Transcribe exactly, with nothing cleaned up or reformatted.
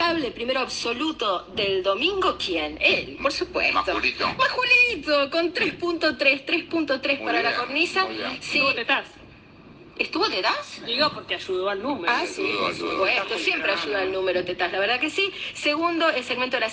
notable, primero absoluto del domingo, ¿quién? Él, por supuesto. Majulito. Majulito, con tres punto tres, tres punto tres para bien, la cornisa. muy bien. Sí. ¿Cómo te estás? ¿Estuvo Tetaz? Digo porque ayudó al número. Ah, sí, Ayudó, por ayudó. supuesto. Siempre ayuda el número Tetaz, la verdad que sí. Segundo, el segmento de la